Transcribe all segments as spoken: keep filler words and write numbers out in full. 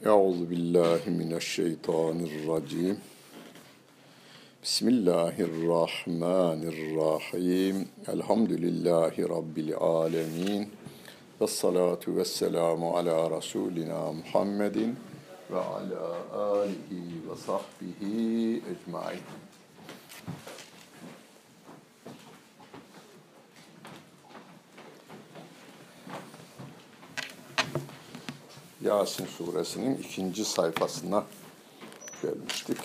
Euzu billahi mineşşeytanirracim. Bismillahirrahmanirrahim. Elhamdülillahi rabbil alamin. Vessalatu vesselamu ala rasulina Muhammedin ve ala alihi ve sahbihi ecmaîn. Yasin suresinin ikinci sayfasına gelmiştik.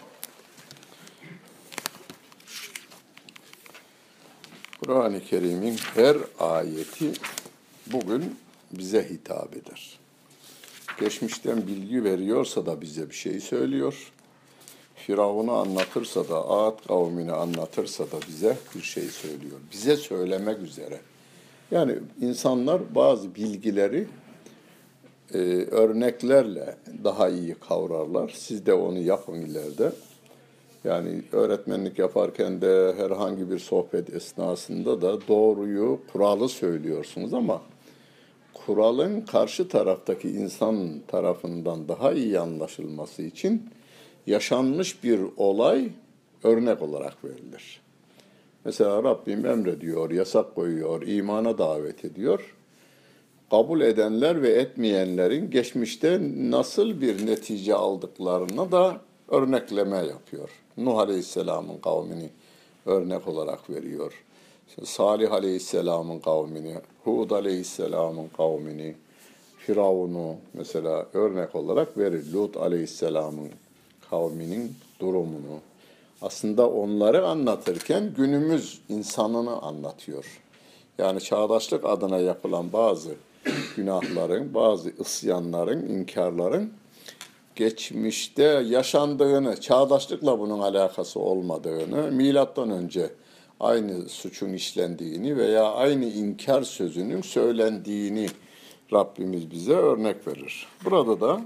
Kur'an-ı Kerim'in her ayeti bugün bize hitap eder. Geçmişten bilgi veriyorsa da bize bir şey söylüyor. Firavun'u anlatırsa da, Ad kavmini anlatırsa da bize bir şey söylüyor. Bize söylemek üzere. Yani insanlar bazı bilgileri Ee, örneklerle daha iyi kavrarlar. Siz de onu yapın ileride. Yani öğretmenlik yaparken de herhangi bir sohbet esnasında da doğruyu, kuralı söylüyorsunuz ama kuralın karşı taraftaki insan tarafından daha iyi anlaşılması için yaşanmış bir olay örnek olarak verilir. Mesela Rabbim emrediyor, yasak koyuyor, imana davet ediyor. Kabul edenler ve etmeyenlerin geçmişte nasıl bir netice aldıklarına da örnekleme yapıyor. Nuh Aleyhisselam'ın kavmini örnek olarak veriyor. Salih Aleyhisselam'ın kavmini, Hud Aleyhisselam'ın kavmini, Firavun'u mesela örnek olarak verir. Lut Aleyhisselam'ın kavminin durumunu. Aslında onları anlatırken günümüz insanını anlatıyor. Yani çağdaşlık adına yapılan bazı günahların, bazı isyanların, inkarların geçmişte yaşandığını, çağdaşlıkla bunun alakası olmadığını, milattan önce aynı suçun işlendiğini veya aynı inkar sözünün söylendiğini Rabbimiz bize örnek verir. Burada da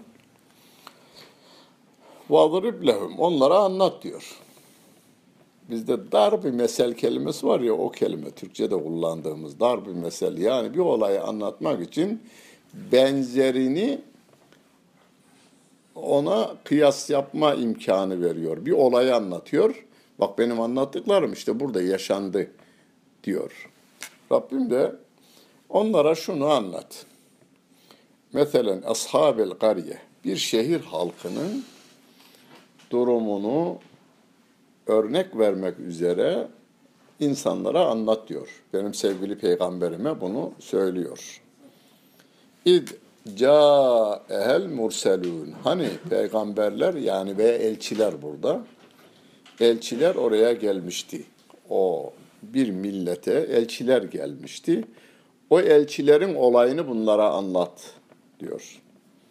وَضْرِبْ لَهُمْ onlara anlat diyor. Bizde darb-ı mesel kelimesi var ya, o kelime Türkçe'de kullandığımız darb-ı mesel, yani bir olayı anlatmak için benzerini ona kıyas yapma imkanı veriyor. Bir olayı anlatıyor. Bak benim anlattıklarım işte burada yaşandı diyor. Rabbim de onlara şunu anlat. Mesela ashab- el kariye, bir şehir halkının durumunu örnek vermek üzere insanlara anlat diyor. Benim sevgili peygamberime bunu söylüyor. İd câehel murselûn. Hani peygamberler yani ve elçiler burada. Elçiler oraya gelmişti. O bir millete elçiler gelmişti. O elçilerin olayını bunlara anlat diyor.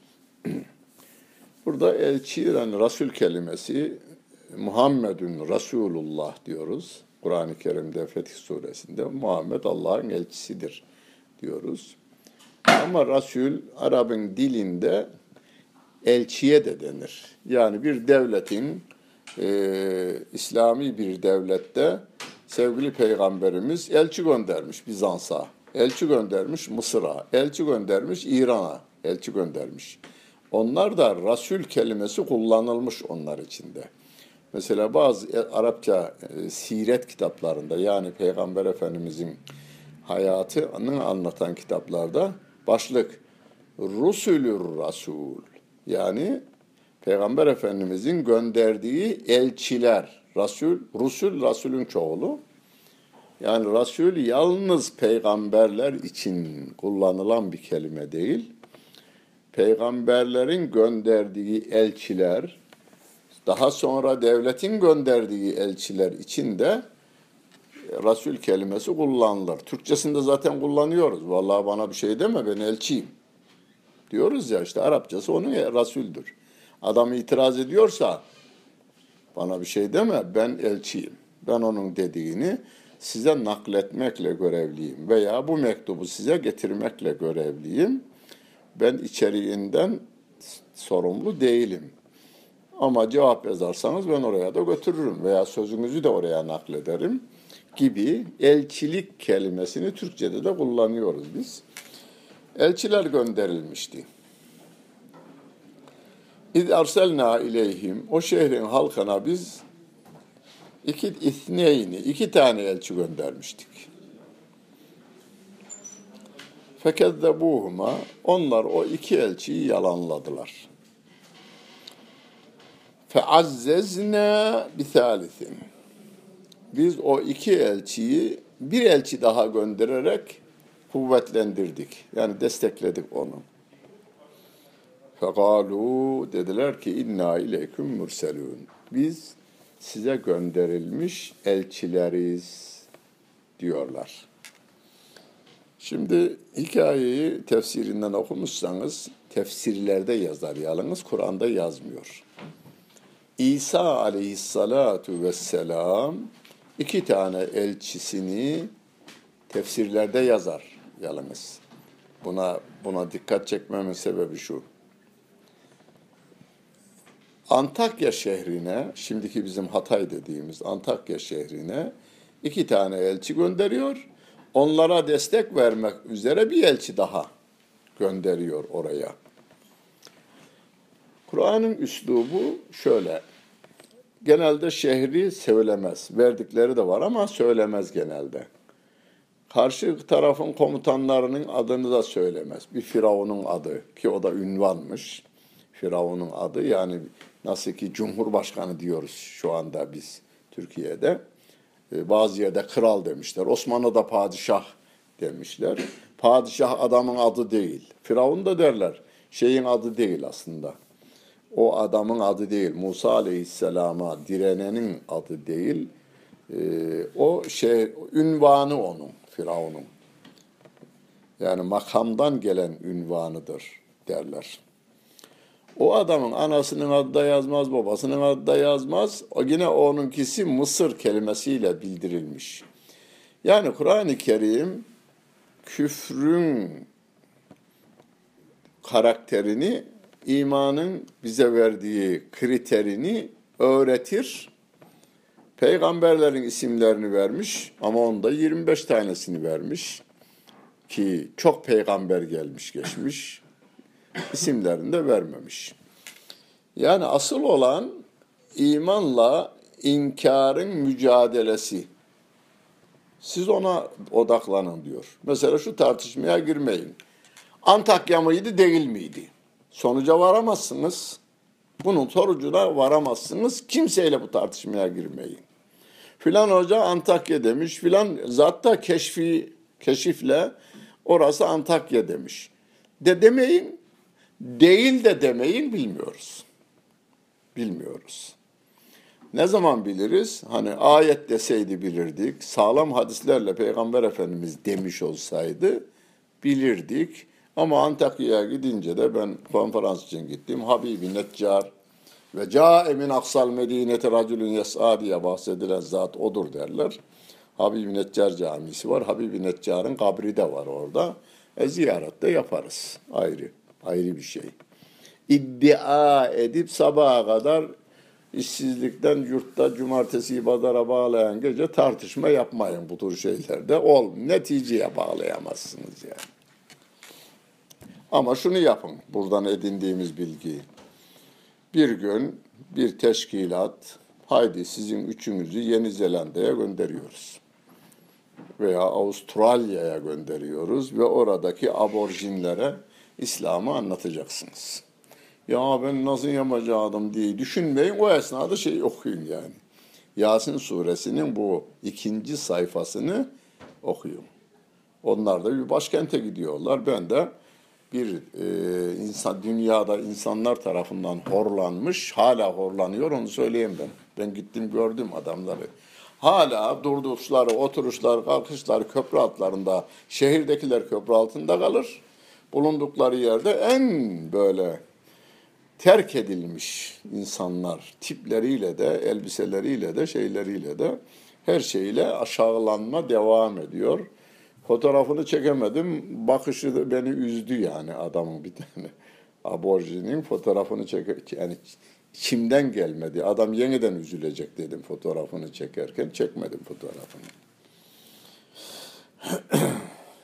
Burada elçi yani Resul kelimesi Muhammedun Resulullah diyoruz. Kur'an-ı Kerim'de Fetih Suresinde Muhammed Allah'ın elçisidir diyoruz. Ama Resul Arap'ın dilinde elçiye de denir. Yani bir devletin, e, İslami bir devlette sevgili peygamberimiz elçi göndermiş Bizans'a, elçi göndermiş Mısır'a, elçi göndermiş İran'a, elçi göndermiş. Onlar da Resul kelimesi kullanılmış onlar içinde. Mesela bazı Arapça e, siret kitaplarında yani Peygamber Efendimizin hayatını anlatan kitaplarda başlık Rusulür Rasul, yani Peygamber Efendimizin gönderdiği elçiler. Rasul, Rusul, Rasulün çoğulu. Yani Rasul yalnız peygamberler için kullanılan bir kelime değil. Peygamberlerin gönderdiği elçiler, daha sonra devletin gönderdiği elçiler için de Resul kelimesi kullanılır. Türkçesinde zaten kullanıyoruz. Vallahi bana bir şey deme, ben elçiyim diyoruz ya, işte Arapçası onun Resul'dür. Adam itiraz ediyorsa bana bir şey deme, ben elçiyim. Ben onun dediğini size nakletmekle görevliyim veya bu mektubu size getirmekle görevliyim. Ben içeriğinden sorumlu değilim. Ama cevap yazarsanız ben oraya da götürürüm veya sözünüzü de oraya naklederim gibi elçilik kelimesini Türkçe'de de kullanıyoruz biz. Elçiler gönderilmişti. İz arselna ileyhim, o şehrin halkına biz iki ithneyni, iki tane elçi göndermiştik. Fekezzebuhuma, onlar o iki elçiyi yalanladılar. Feazzezna bisalisin. Biz o iki elçiyi bir elçi daha göndererek kuvvetlendirdik. Yani destekledik onu. Fekalu, dediler ki inna ileyküm mürselun. Biz size gönderilmiş elçileriz diyorlar. Şimdi hikayeyi tefsirinden okumuşsanız tefsirlerde yazar yalnız Kur'an'da yazmıyor. İsa aleyhissalatu vesselam iki tane elçisini tefsirlerde yazar yalnız. Buna buna dikkat çekmemin sebebi şu. Antakya şehrine, şimdiki bizim Hatay dediğimiz Antakya şehrine iki tane elçi gönderiyor. Onlara destek vermek üzere bir elçi daha gönderiyor oraya. Kur'an'ın üslubu şöyle. Genelde şehri söylemez. Verdikleri de var ama söylemez genelde. Karşı tarafın komutanlarının adını da söylemez. Bir Firavun'un adı ki o da ünvanmış. Firavun'un adı yani nasıl ki Cumhurbaşkanı diyoruz şu anda biz Türkiye'de. Bazı yerde kral demişler. Osmanlı'da padişah demişler. Padişah adamın adı değil. Firavun da derler. Şeyin adı değil aslında. O adamın adı değil. Musa Aleyhisselam'a direnenin adı değil. Ee, o şey ünvanı onun, Firavun'un. Yani makamdan gelen ünvanıdır derler. O adamın anasının adı da yazmaz, babasının adı da yazmaz. O yine onunkisi Mısır kelimesiyle bildirilmiş. Yani Kur'an-ı Kerim küfrün karakterini, imanın bize verdiği kriterini öğretir. Peygamberlerin isimlerini vermiş ama onda yirmi beş tanesini vermiş. Ki çok peygamber gelmiş geçmiş. İsimlerini de vermemiş. Yani asıl olan imanla inkarın mücadelesi. Siz ona odaklanın diyor. Mesela şu tartışmaya girmeyin. Antakya mıydı değil miydi? Sonuca varamazsınız. Bunun sonucuna varamazsınız. Kimseyle bu tartışmaya girmeyin. Filan hoca Antakya demiş. Filan zatta keşfi, keşifle orası Antakya demiş. De demeyin. Değil de demeyin bilmiyoruz. Bilmiyoruz. Ne zaman biliriz? Hani ayet deseydi bilirdik. Sağlam hadislerle Peygamber Efendimiz demiş olsaydı bilirdik. Ama Antakya'ya gidince de ben konferans için gittim. Habibi Neccar ve Câe min aksal medineti racülün yes'a diye bahsedilen zat odur derler. Habibi Neccar camisi var. Habibi Neccar'ın kabri de var orada. E, ziyaret de yaparız. Ayrı. Ayrı bir şey. İddia edip sabaha kadar işsizlikten yurtta cumartesi pazara bağlayan gece tartışma yapmayın bu tür şeylerde. Ol, neticeye bağlayamazsınız yani. Ama şunu yapın, buradan edindiğimiz bilgiyi. Bir gün bir teşkilat, haydi sizin üçünüzü Yeni Zelanda'ya gönderiyoruz. Veya Avustralya'ya gönderiyoruz ve oradaki aborjinlere İslam'ı anlatacaksınız. Ya ben nasıl yapacaktım diye düşünmeyin, o esnada şey okuyun yani. Yasin suresinin bu ikinci sayfasını okuyun. Onlar da bir başkente gidiyorlar. Ben de bir e, insan dünyada insanlar tarafından horlanmış, hala horlanıyor onu söyleyeyim ben. Ben gittim gördüm adamları. Hala durduşları, oturuşları, kalkışları köprü altlarında, şehirdekiler köprü altında kalır. Bulundukları yerde en böyle terk edilmiş insanlar tipleriyle de, elbiseleriyle de, şeyleriyle de her şeyle aşağılanma devam ediyor. Fotoğrafını çekemedim. Bakışı da beni üzdü yani adamın bir tane. Aborjinin fotoğrafını çek yani içimden gelmedi. Adam yeniden üzülecek dedim fotoğrafını çekerken. Çekmedim fotoğrafını.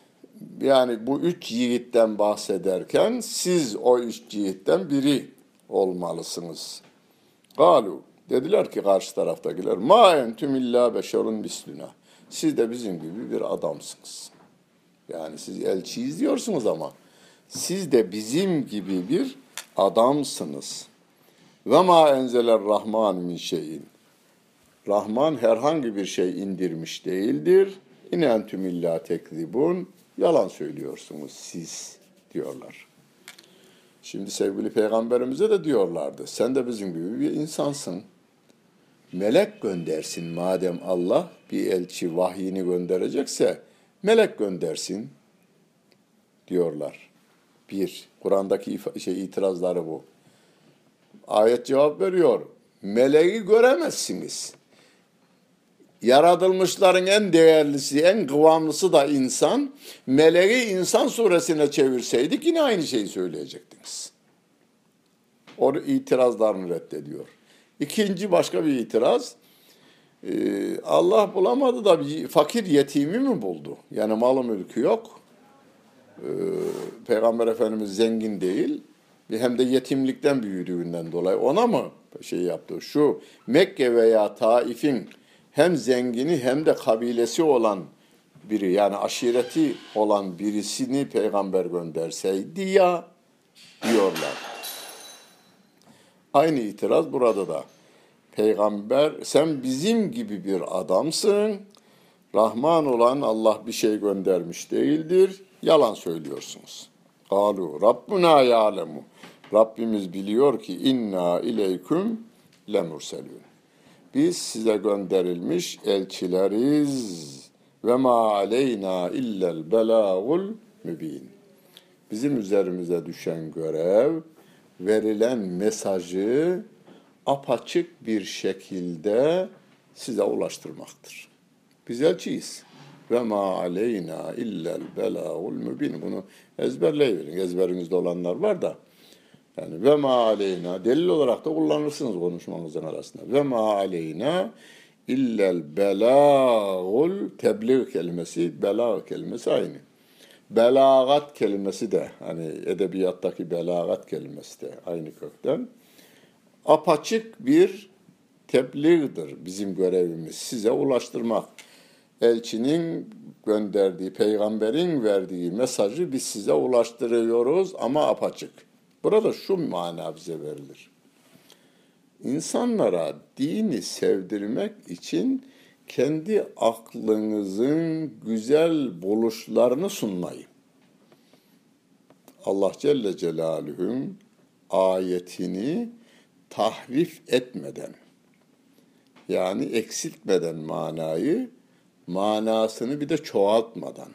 Yani bu üç yiğitten bahsederken siz o üç yiğitten biri olmalısınız. Galu, dediler ki karşı taraftakiler, ma entüm illa beşerun misluna. Siz de bizim gibi bir adamsınız. Yani siz elçiyiz diyorsunuz ama siz de bizim gibi bir adamsınız. Ve ma enzeler rahman min şeyin. Rahman herhangi bir şey indirmiş değildir. İn entüm illa tekzibun. Yalan söylüyorsunuz siz diyorlar. Şimdi sevgili peygamberimize de diyorlardı. Sen de bizim gibi bir insansın. Melek göndersin madem Allah bir elçi vahyini gönderecekse melek göndersin diyorlar. Bir, Kur'an'daki şey itirazları bu. Ayet cevap veriyor. Meleği göremezsiniz. Yaratılmışların en değerlisi, en kıvamlısı da insan. Meleği İnsan suresine çevirseydik yine aynı şeyi söyleyecektiniz. O itirazlarını reddediyor. İkinci başka bir itiraz. Ee, Allah bulamadı da bir fakir yetimi mi buldu? Yani malı mülkü yok. Ee, Peygamber Efendimiz zengin değil. Hem de yetimlikten büyüdüğünden dolayı ona mı şey yaptı? Şu Mekke veya Taif'in hem zengini hem de kabilesi olan biri, yani aşireti olan birisini peygamber gönderseydi ya diyorlar. Aynı itiraz burada da. Peygamber sen bizim gibi bir adamsın. Rahman olan Allah bir şey göndermiş değildir. Yalan söylüyorsunuz. Kalu Rabbuna ya'lemu. Rabbimiz biliyor ki inna ileyküm lemurselun. Biz size gönderilmiş elçileriz. Ve ma aleyna illel belagul mübin. Bizim üzerimize düşen görev, verilen mesajı apaçık bir şekilde size ulaştırmaktır. Biz elçiyiz. Ve ma aleyna illel belagul mübin. Bunu ezberleyiverin. Ezberinizde olanlar var da. Yani ve ma aleyna delil olarak da kullanırsınız konuşmanızın arasında. Ve ma aleyna illel belagul tebliğ kelimesi, belag kelimesi aynı. Belagat kelimesi de hani edebiyattaki belagat kelimesi de aynı kökten. Apaçık bir tebliğdir bizim görevimiz. Size ulaştırmak. Elçinin gönderdiği, peygamberin verdiği mesajı biz size ulaştırıyoruz ama apaçık. Burada şu mana bize verilir. İnsanlara dini sevdirmek için kendi aklınızın güzel buluşlarını sunmayı. Allah Celle Celaluhu'nun ayetini tahrif etmeden, yani eksiltmeden manayı, manasını bir de çoğaltmadan.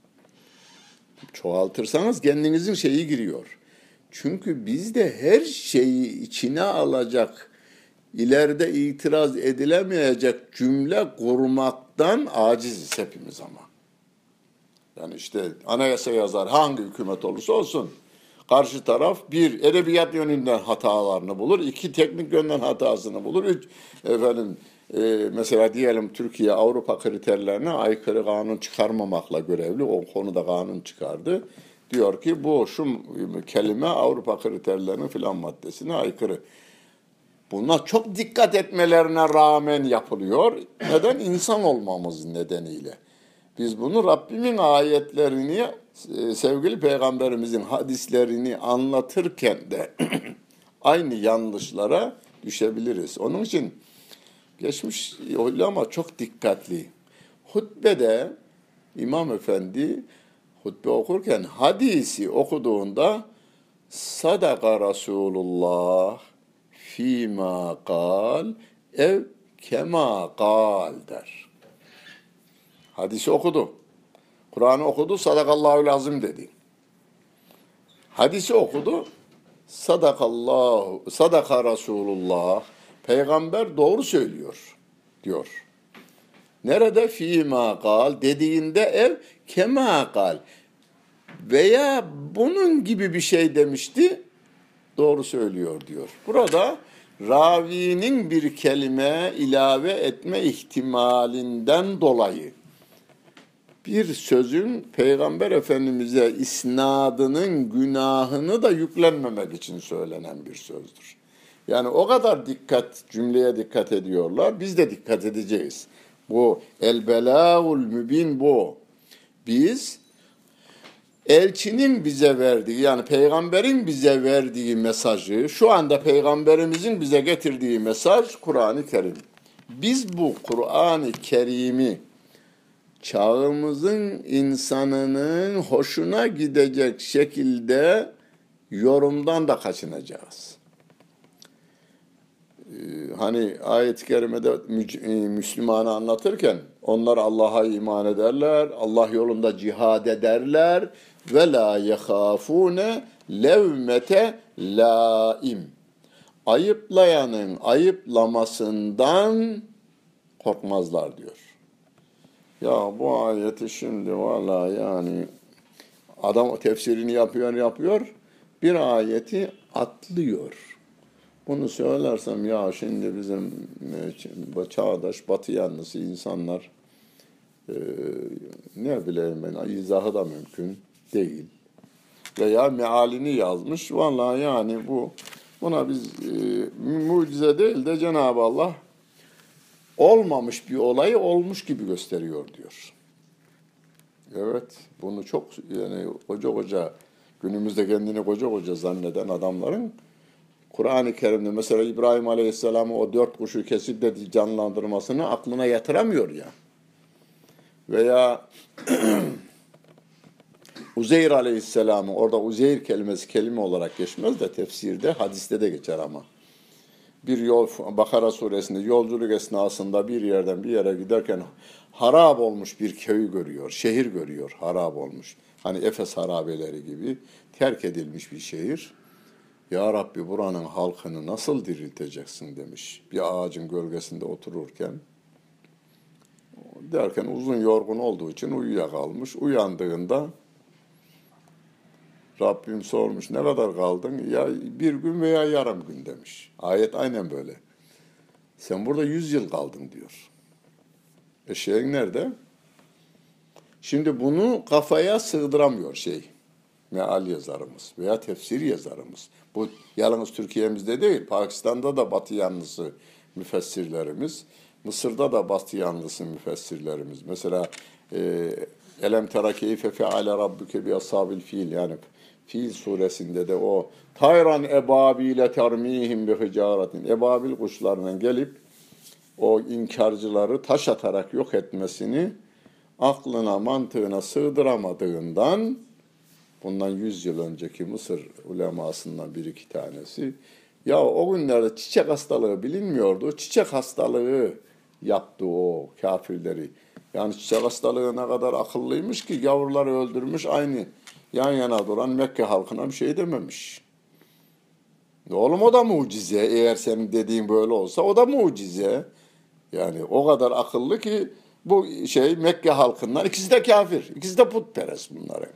Çoğaltırsanız kendinizin şeyi giriyor. Çünkü bizde her şeyi içine alacak, ileride itiraz edilemeyecek cümle kurmaktan aciziz hepimiz ama. Yani işte anayasa yazar hangi hükümet olursa olsun, karşı taraf bir edebiyat yönünden hatalarını bulur, iki teknik yönden hatasını bulur, üç efendim e, mesela diyelim Türkiye Avrupa kriterlerine aykırı kanun çıkarmamakla görevli, o konuda kanun çıkardı. Diyor ki bu şu kelime Avrupa kriterlerinin filan maddesine aykırı. Buna çok dikkat etmelerine rağmen yapılıyor. Neden? İnsan olmamız nedeniyle. Biz bunu Rabbimin ayetlerini, sevgili peygamberimizin hadislerini anlatırken de aynı yanlışlara düşebiliriz. Onun için geçmiş ama çok dikkatli. Hutbede İmam Efendi hutbe okurken hadisi okuduğunda sadaka Resulullah fîmâ kal ev kemâ kal der. Hadisi okudu. Kur'an'ı okudu, sadakallahul azim dedi. Hadisi okudu, sadakallahu, sadaka Resulullah, peygamber doğru söylüyor diyor. Nerede? Fîmâ kal dediğinde ev kemâ kal veya bunun gibi bir şey demişti, doğru söylüyor diyor. Burada ravinin bir kelime ilave etme ihtimalinden dolayı bir sözün Peygamber Efendimiz'e isnadının günahını da yüklenmemek için söylenen bir sözdür. Yani o kadar dikkat, cümleye dikkat ediyorlar. Biz de dikkat edeceğiz. Bu el-belâul mübin bu. Biz elçinin bize verdiği, yani peygamberin bize verdiği mesajı, şu anda peygamberimizin bize getirdiği mesaj Kur'an-ı Kerim. Biz bu Kur'an-ı Kerim'i çağımızın insanının hoşuna gidecek şekilde yorumdan da kaçınacağız. Ee, hani ayet-i kerimede Müslümanı anlatırken onlar Allah'a iman ederler, Allah yolunda cihad ederler ve la yehafune levmete laim. Ayıplayanın ayıplamasından korkmazlar diyor. Ya bu ayeti şimdi vallahi yani adam tefsirini yapıyor yapıyor bir ayeti atlıyor. Bunu söylersem ya şimdi bizim çağdaş batı yanlısı insanlar e, ne bileyim ben izahı da mümkün değil. Veya mealini yazmış. Vallahi yani bu buna biz e, mucize değil de Cenab-ı Allah olmamış bir olayı olmuş gibi gösteriyor diyor. Evet, bunu çok yani koca koca günümüzde kendini koca koca zanneden adamların Kur'an-ı Kerim'de mesela İbrahim Aleyhisselam'ı o dört kuşu kesip de canlandırmasını aklına yatıramıyor ya. Veya Uzeyr Aleyhisselam'ı orada Uzeyr kelimesi kelime olarak geçmez de tefsirde, hadiste de geçer ama. Bir yol, Bakara suresinde yolculuk esnasında bir yerden bir yere giderken harap olmuş bir köyü görüyor, şehir görüyor, harap olmuş. Hani Efes harabeleri gibi terk edilmiş bir şehir. Ya Rabbi buranın halkını nasıl dirilteceksin demiş. Bir ağacın gölgesinde otururken. Derken uzun yorgun olduğu için uyuyakalmış. Uyandığında Rabbim sormuş ne kadar kaldın? Ya bir gün veya yarım gün demiş. Ayet aynen böyle. Sen burada yüz yıl kaldın diyor. Eşeğin nerede? Şimdi bunu kafaya sığdıramıyor şey. Meal yazarımız veya tefsir yazarımız. Bu yalnız Türkiye'mizde değil, Pakistan'da da batı yanlısı müfessirlerimiz, Mısır'da da batı yanlısı müfessirlerimiz. Mesela e, Elem tera keyfe feale rabbuke bi ashabil fil, yani Fil suresinde de o tayran ebabile termihim bi hicaratin, ebabil kuşlarının gelip o inkarcıları taş atarak yok etmesini aklına mantığına sığdıramadığından, bundan yüz yıl önceki Mısır ulemasından bir iki tanesi, ya o günlerde çiçek hastalığı bilinmiyordu, çiçek hastalığı yaptı o kafirleri. Yani çiçek hastalığı ne kadar akıllıymış ki yavruları öldürmüş, aynı yan yana duran Mekke halkına bir şey dememiş. Oğlum o da mucize, eğer senin dediğin böyle olsa o da mucize. Yani o kadar akıllı ki bu şey Mekke halkından ikisi de kafir, ikisi de putperest bunların.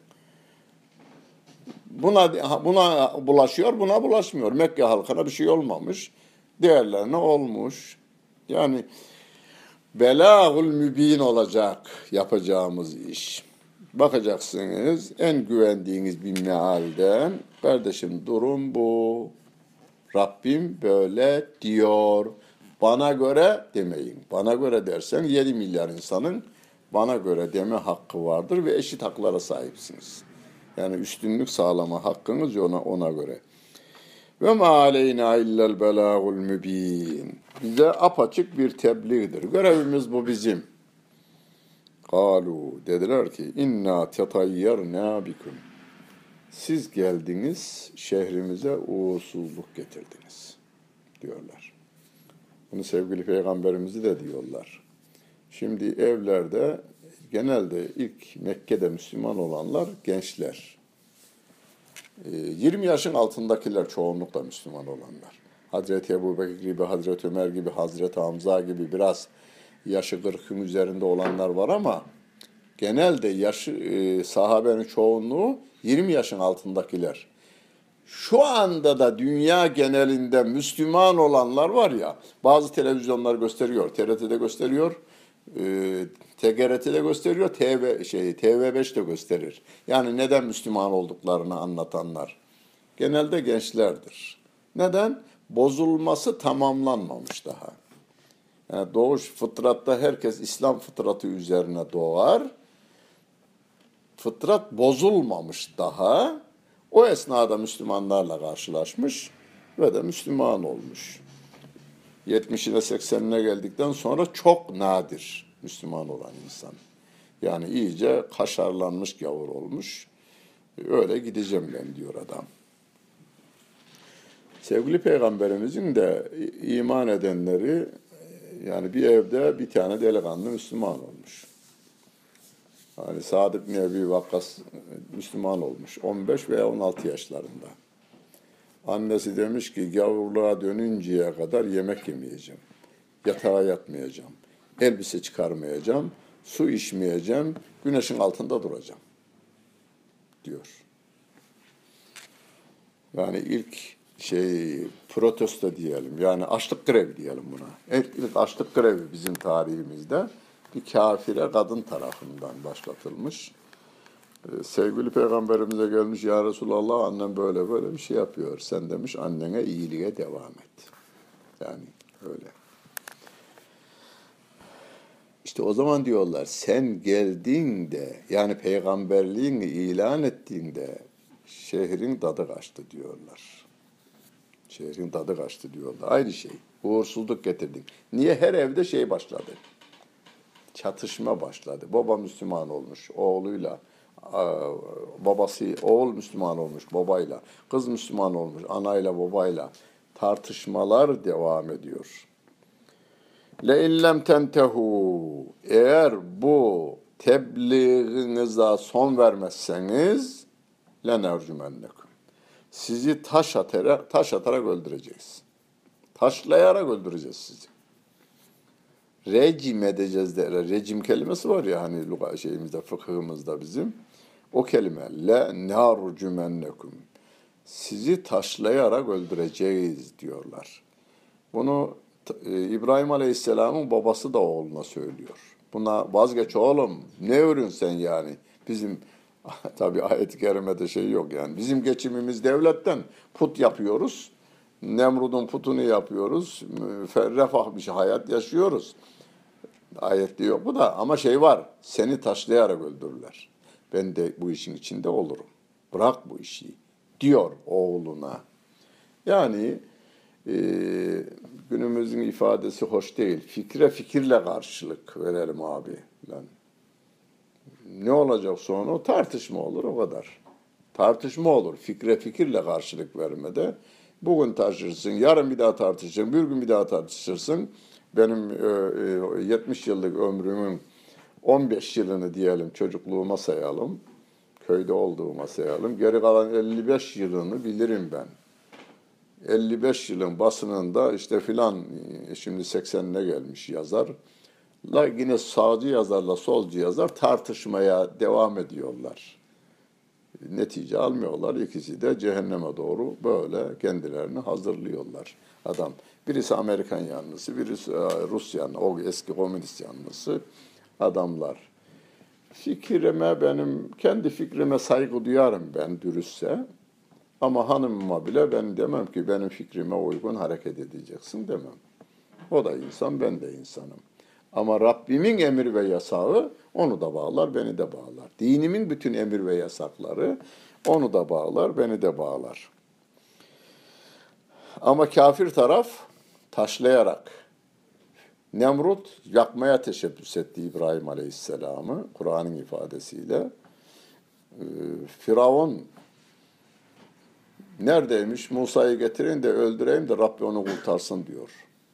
Buna buna bulaşıyor, buna bulaşmıyor. Mekke halkına bir şey olmamış, diğerlerine olmuş. Yani belâgul mübin olacak yapacağımız iş. Bakacaksınız en güvendiğiniz bir mealden, kardeşim durum bu. Rabbim böyle diyor. Bana göre demeyin. Bana göre dersen yedi milyar insanın bana göre deme hakkı vardır ve eşit haklara sahipsiniz. Yani üstünlük sağlama hakkınız ona ona göre. Ve ma aleyna illel belâgul mübin. Bize apaçık bir tebliğdir. Görevimiz bu bizim. Kalu, dediler ki inna tetayyarna bikum. Siz geldiniz şehrimize uğursuzluk getirdiniz diyorlar. Bunu sevgili peygamberimizi de diyorlar. Şimdi evlerde genelde ilk Mekke'de Müslüman olanlar gençler. yirmi yaşın altındakiler çoğunlukla Müslüman olanlar. Hazreti Ebubekir gibi, Hazreti Ömer gibi, Hazreti Hamza gibi biraz yaşı kırkın üzerinde olanlar var ama genelde yaşı e, sahabenin çoğunluğu yirmi yaşın altındakiler. Şu anda da dünya genelinde Müslüman olanlar var ya, bazı televizyonlar gösteriyor, T R T'de gösteriyor, Ee, T G R T'de gösteriyor, T V şey T V beş de gösterir. Yani neden Müslüman olduklarını anlatanlar. Genelde gençlerdir. Neden? Bozulması tamamlanmamış daha. Yani doğuş fıtratta herkes İslam fıtratı üzerine doğar. Fıtrat bozulmamış daha. O esnada Müslümanlarla karşılaşmış ve de Müslüman olmuş. yetmişine seksenine geldikten sonra çok nadir Müslüman olan insan. Yani iyice kaşarlanmış gavur olmuş. Öyle gideceğim ben diyor adam. Sevgili Peygamberimizin de iman edenleri, yani bir evde bir tane delikanlı Müslüman olmuş. Yani Sa'd ibn Ebi Vakkas Müslüman olmuş. on beş veya on altı yaşlarında. Annesi demiş ki gavurluğa dönünceye kadar yemek yemeyeceğim. Yatağa yatmayacağım. Elbise çıkarmayacağım. Su içmeyeceğim. Güneşin altında duracağım. Diyor. Yani ilk şey protesto diyelim. Yani açlık grevi diyelim buna. İlk, ilk açlık grevi bizim tarihimizde bir kafire kadın tarafından başlatılmış. Ee, sevgili Peygamberimize gelmiş, ya Resulallah annem böyle böyle bir şey yapıyor. Sen demiş annene iyiliğe devam et. Yani öyle. İşte o zaman diyorlar sen geldiğinde yani peygamberliğini ilan ettiğinde şehrin tadı kaçtı diyorlar. Şehrin tadı kaçtı diyorlar. Aynı şey. Uğursuzluk getirdik. Niye? Her evde şey başladı. Çatışma başladı. Baba Müslüman olmuş oğluyla. Babası, oğul Müslüman olmuş babayla. Kız Müslüman olmuş anayla babayla. Tartışmalar devam ediyor. Le illem tentehu, eğer bu tebliğinize son vermezseniz lenercümennekum. Sizi taş atarak, taş atarak öldüreceğiz. Taşlayarak öldüreceğiz sizi. Recim edeceğiz derler. Recim kelimesi var ya hani luga şeyimizde, fıkhımızda bizim. O kelime le narcumennekum. Sizi taşlayarak öldüreceğiz diyorlar. Bunu İbrahim Aleyhisselam'ın babası da oğluna söylüyor. Buna vazgeç oğlum, ne örün sen yani? Bizim tabii ayet-i kerimede şey yok yani. Bizim geçimimiz devletten, put yapıyoruz. Nemrud'un putunu yapıyoruz. Refah bir şey, hayat yaşıyoruz. Ayette yok bu da ama şey var. Seni taşlayarak öldürürler. Ben de bu işin içinde olurum. Bırak bu işi diyor oğluna. Yani e, günümüzün ifadesi hoş değil. Fikre fikirle karşılık verelim abi. Lan. Ne olacak sonra? O tartışma olur o kadar. Tartışma olur. Fikre fikirle karşılık vermede. Bugün tartışırsın, yarın bir daha tartışırsın, bir gün bir daha tartışırsın. Benim e, e, yetmiş yıllık ömrümün on beş yılını diyelim çocukluğuma sayalım. Köyde olduğuma sayalım. Geri kalan elli beş yılını bilirim ben. elli beş yılın basınında işte filan şimdi seksenine gelmiş yazar. La yine sağcı yazarla solcu yazar tartışmaya devam ediyorlar. Netice almıyorlar. İkisi de cehenneme doğru böyle kendilerini hazırlıyorlar. Adam birisi Amerikan yanlısı, birisi Rus yanlısı, o eski komünist yanlısı adamlar. Fikrime benim kendi fikrime saygı duyarım ben dürüstse. Ama hanımıma bile ben demem ki benim fikrime uygun hareket edeceksin demem. O da insan, ben de insanım. Ama Rabbimin emir ve yasağı onu da bağlar, beni de bağlar. Dinimin bütün emir ve yasakları onu da bağlar, beni de bağlar. Ama kafir taraf taşlayarak, Nemrut yakmaya teşebbüs etti İbrahim Aleyhisselam'ı, Kur'an'ın ifadesiyle. Firavun neredeymiş? Musa'yı getirin de öldüreyim de Rabbi onu kurtarsın diyor.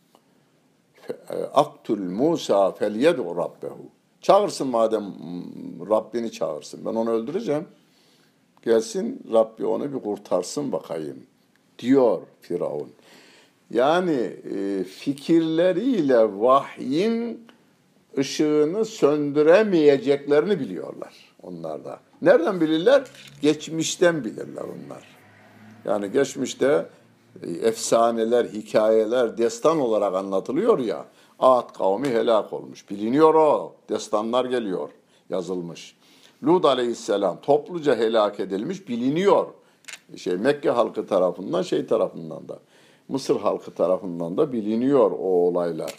Aktul Musa felyed'u rabbehu. Çağırsın madem Rabbini çağırsın. Ben onu öldüreceğim. Gelsin Rabbi onu bir kurtarsın bakayım diyor Firavun. Yani e, fikirleriyle vahyin ışığını söndüremeyeceklerini biliyorlar onlar da. Nereden bilirler? Geçmişten bilirler onlar. Yani geçmişte e, efsaneler, hikayeler, destan olarak anlatılıyor ya, Ad kavmi helak olmuş. Biliniyor o. Destanlar geliyor. Yazılmış. Lut aleyhisselam topluca helak edilmiş. Biliniyor. Şey Mekke halkı tarafından, şey tarafından da. Mısır halkı tarafından da biliniyor o olaylar.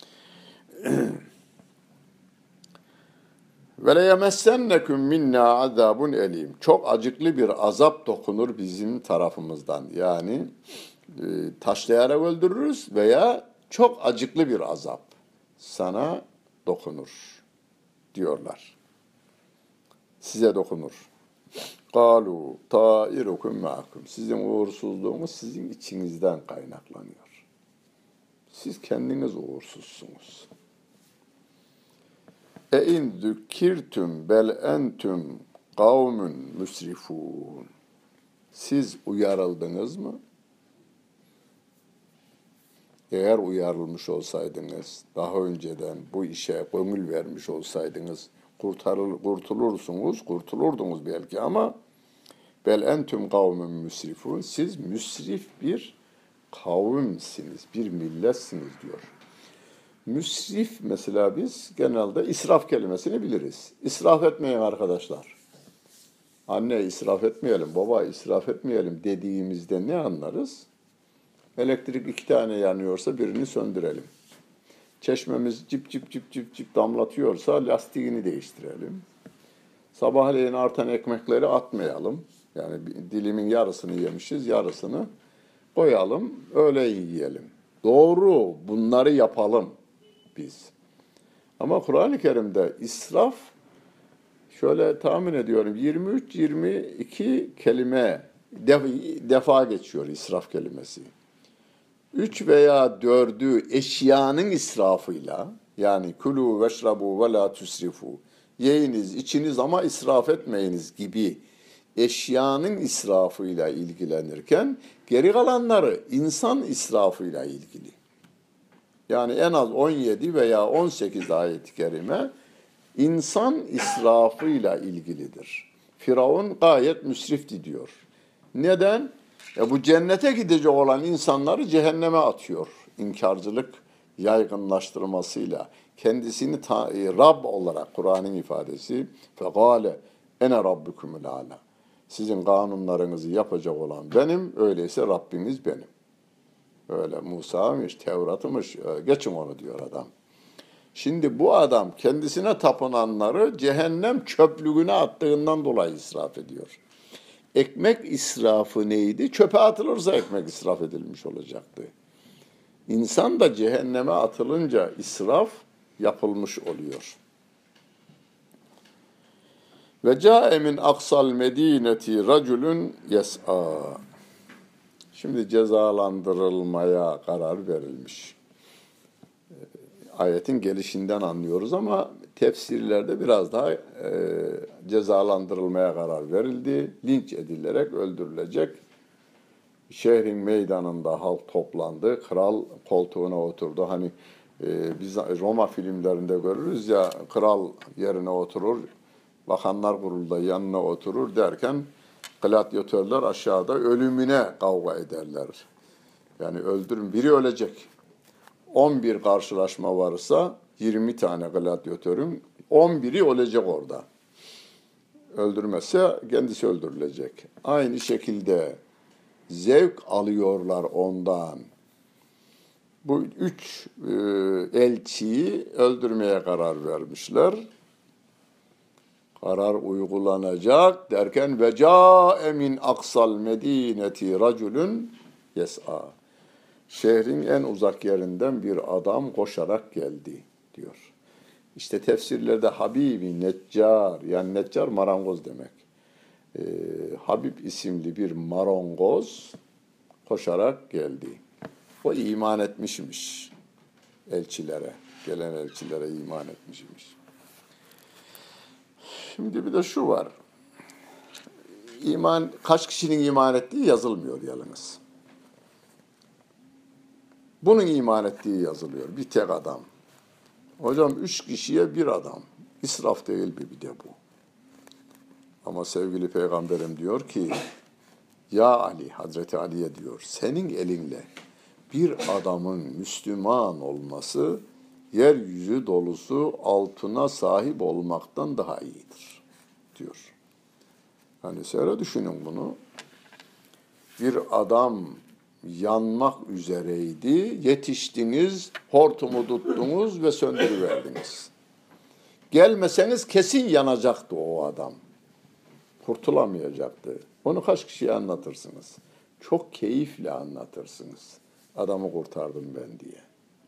Ve le yemessennekum minna azabun elim. Çok acıklı bir azap dokunur bizim tarafımızdan. Yani e, taşlayarak öldürürüz veya çok acıklı bir azap sana dokunur diyorlar. Size dokunur. Kalu tairukum ma'akum. Sizin uğursuzluğunuz sizin içinizden kaynaklanıyor. Siz kendiniz uğursuzsunuz. E in zükirtüm bel entüm kavmun müsrifun. Siz uyarıldınız mı? Eğer uyarılmış olsaydınız, daha önceden bu işe gönül vermiş olsaydınız, kurtarır, kurtulursunuz, kurtulurdunuz belki ama bel entüm kavmun müsrifun. Siz müsrif bir kavimsiniz, bir milletsiniz diyor. Müsrif mesela biz genelde israf kelimesini biliriz. İsraf etmeyin arkadaşlar. Anne israf etmeyelim, baba israf etmeyelim dediğimizde ne anlarız? Elektrik iki tane yanıyorsa birini söndürelim. Çeşmemiz cip cip cip cip cip damlatıyorsa lastiğini değiştirelim. Sabahleyin artan ekmekleri atmayalım. Yani dilimin yarısını yemişiz, yarısını koyalım, öyle yiyelim. Doğru, bunları yapalım biz. Ama Kur'an-ı Kerim'de israf, şöyle tahmin ediyorum, yirmi üç yirmi iki kelime defa geçiyor israf kelimesi. Üç veya dördü eşyanın israfıyla, yani kulû veşrabû ve lâ tüsrifû, yiyiniz, içiniz ama israf etmeyiniz gibi eşyanın israfıyla ilgilenirken, geri kalanları insan israfıyla ilgili. Yani en az on yedi veya on sekiz ayet-i kerime insan israfıyla ilgilidir. Firavun gayet müsrifti diyor. Neden? E bu cennete gidecek olan insanları cehenneme atıyor. İnkarcılık yaygınlaştırmasıyla. Kendisini ta, e, Rab olarak Kur'an'ın ifadesi فَقَالَ اَنَا رَبُّكُمُ الْعَالَى. Sizin kanunlarınızı yapacak olan benim, öyleyse Rabbiniz benim. Öyle Musa'mış, Tevrat'mış, geçin onu diyor adam. Şimdi bu adam kendisine tapınanları cehennem çöplüğüne attığından dolayı israf ediyor. Ekmek israfı neydi? Çöpe atılırsa ekmek israf edilmiş olacaktı. İnsan da cehenneme atılınca israf yapılmış oluyor. Ve câe min aksal medîneti raculun yes'a. Şimdi cezalandırılmaya karar verilmiş. Ayetin gelişinden anlıyoruz ama tefsirlerde biraz daha e, cezalandırılmaya karar verildi. Linç edilerek öldürülecek. Şehrin meydanında halk toplandı. Kral koltuğuna oturdu. Hani e, biz Roma filmlerinde görürüz ya, kral yerine oturur, bakanlar kurulda yanına oturur derken gladyatörler aşağıda ölümüne kavga ederler. Yani öldürün, biri ölecek. on bir karşılaşma varsa yirmi tane gladyatörün on biri ölecek orada. Öldürmezse kendisi öldürülecek. Aynı şekilde zevk alıyorlar ondan. Bu üç e, elçiyi öldürmeye karar vermişler. Karar uygulanacak derken ve câe min aksal medîneti raculun yes'a. Şehrin en uzak yerinden bir adam koşarak geldi diyor. İşte tefsirlerde Habibi Neccar, yani Neccar marangoz demek. Ee, Habib isimli bir marangoz koşarak geldi. O iman etmişmiş elçilere, gelen elçilere iman etmişmiş. Şimdi bir de şu var. İman, kaç kişinin iman ettiği yazılmıyor yalnız. Bunun iman ettiği yazılıyor. Bir tek adam. Hocam üç kişiye bir adam. İsraf değil mi bir de bu? Ama sevgili peygamberim diyor ki, ya Ali, Hazreti Ali'ye diyor, senin elinle bir adamın Müslüman olması yeryüzü dolusu altına sahip olmaktan daha iyidir diyor. Hani şöyle düşünün bunu. Bir adam yanmak üzereydi, yetiştiniz, hortumu tuttunuz ve söndürüverdiniz. Gelmeseniz kesin yanacaktı o adam. Kurtulamayacaktı. Onu kaç kişiye anlatırsınız? Çok keyifle anlatırsınız. Adamı kurtardım ben diye.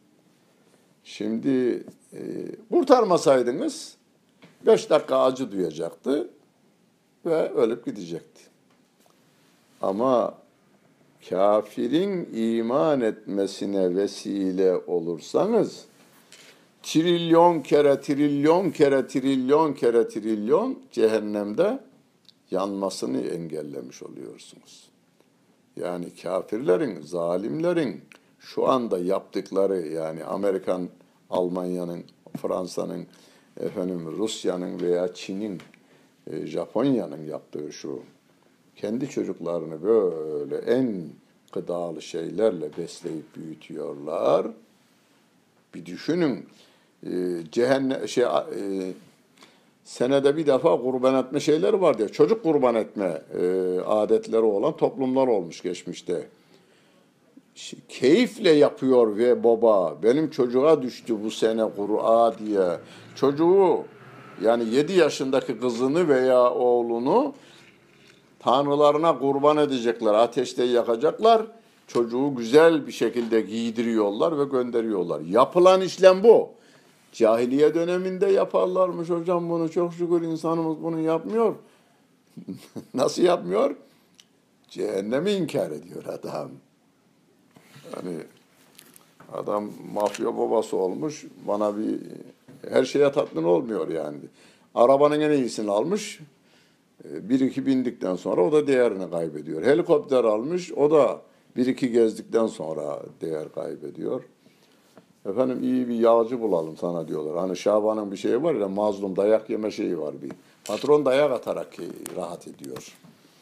Şimdi e, kurtarmasaydınız beş dakika acı duyacaktı ve ölüp gidecekti. Ama kafirin iman etmesine vesile olursanız trilyon kere trilyon kere trilyon kere trilyon cehennemde yanmasını engellemiş oluyorsunuz. Yani kafirlerin, zalimlerin şu anda yaptıkları, yani Amerikan, Almanya'nın, Fransa'nın, efendim Rusya'nın veya Çin'in, e, Japonya'nın yaptığı şu. Kendi çocuklarını böyle en gıdalı şeylerle besleyip büyütüyorlar. Bir düşünün, e, cehennem şey e, senede bir defa kurban etme şeyleri var diye. Çocuk kurban etme e, adetleri olan toplumlar olmuş geçmişte. Keyifle yapıyor ve baba benim çocuğa düştü bu sene Kur'a diye. Çocuğu, yani yedi yaşındaki kızını veya oğlunu tanrılarına kurban edecekler, ateşte yakacaklar. Çocuğu güzel bir şekilde giydiriyorlar ve gönderiyorlar. Yapılan işlem bu. Cahiliye döneminde yaparlarmış hocam bunu. Çok şükür insanımız bunu yapmıyor. Nasıl yapmıyor? Cehennemi inkar ediyor adam. Yani adam mafya babası olmuş. Bana bir her şeye tatmin olmuyor yani. Arabanın en iyisini almış. Bir iki bindikten sonra o da değerini kaybediyor. Helikopter almış. O da bir iki gezdikten sonra değer kaybediyor. Efendim iyi bir yağcı bulalım sana diyorlar. Hani Şaban'ın bir şeyi var ya, mazlum dayak yeme şeyi var bir. Patron dayak atarak rahat ediyor.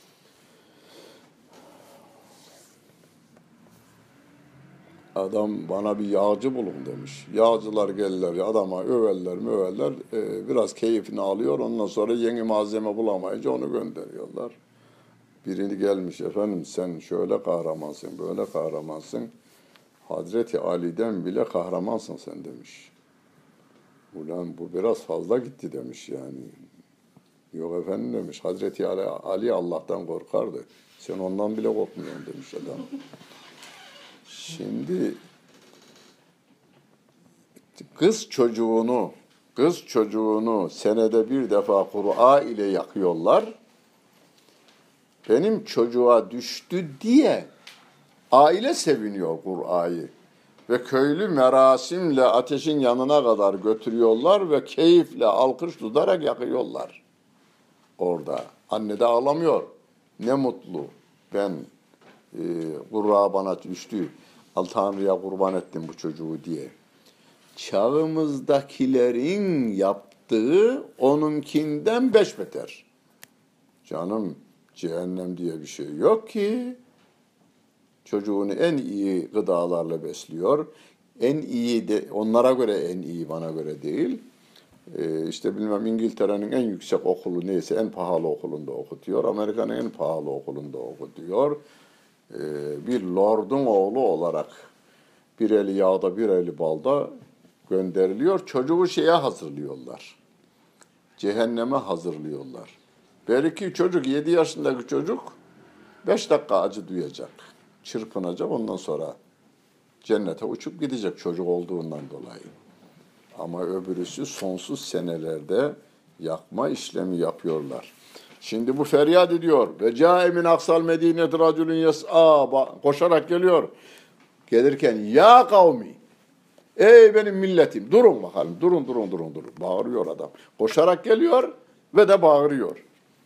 Adam bana bir yağcı bulun demiş. Yağcılar gelirler adama överler möverler. E, biraz keyfini alıyor. Ondan sonra yeni malzeme bulamayınca onu gönderiyorlar. Birini gelmiş, efendim sen şöyle kahramansın, böyle kahramansın. Hazreti Ali'den bile kahramansın sen demiş. Ulan bu biraz fazla gitti demiş yani. Yok efendim demiş. Hazreti Ali, Ali Allah'tan korkardı. Sen ondan bile korkmuyorsun demiş adam. Şimdi kız çocuğunu, kız çocuğunu senede bir defa Kur'a ile yakıyorlar. Benim çocuğa düştü diye aile seviniyor Kur'a'yı. Ve köylü merasimle ateşin yanına kadar götürüyorlar ve keyifle alkış tutarak yakıyorlar. Orada. Anne de ağlamıyor. Ne mutlu. Ben e, Kur'a bana düştü. Tanrı'ya kurban ettim bu çocuğu diye. Çağımızdakilerin yaptığı onunkinden beş beter. Canım cehennem diye bir şey yok ki. Çocuğunu en iyi gıdalarla besliyor. En iyi de onlara göre en iyi, bana göre değil. Ee, işte bilmem İngiltere'nin en yüksek okulu neyse en pahalı okulunda okutuyor. Amerika'nın en pahalı okulunda okutuyor. Ee, bir lordun oğlu olarak bir eli yağda bir eli balda gönderiliyor. Çocuğu şeye hazırlıyorlar. Cehenneme hazırlıyorlar. Belki çocuk, yedi yaşındaki çocuk beş dakika acı duyacak. Çırpınacak, ondan sonra cennete uçup gidecek çocuk olduğundan dolayı. Ama öbürüsü sonsuz senelerde yakma işlemi yapıyorlar. Şimdi bu feryat ediyor. Ve câe min aksal medîneti racülün yes'a, koşarak geliyor. Gelirken ya kavmi, ey benim milletim, durun bakalım, durun durun durun durun. Bağırıyor adam. Koşarak geliyor ve de bağırıyor.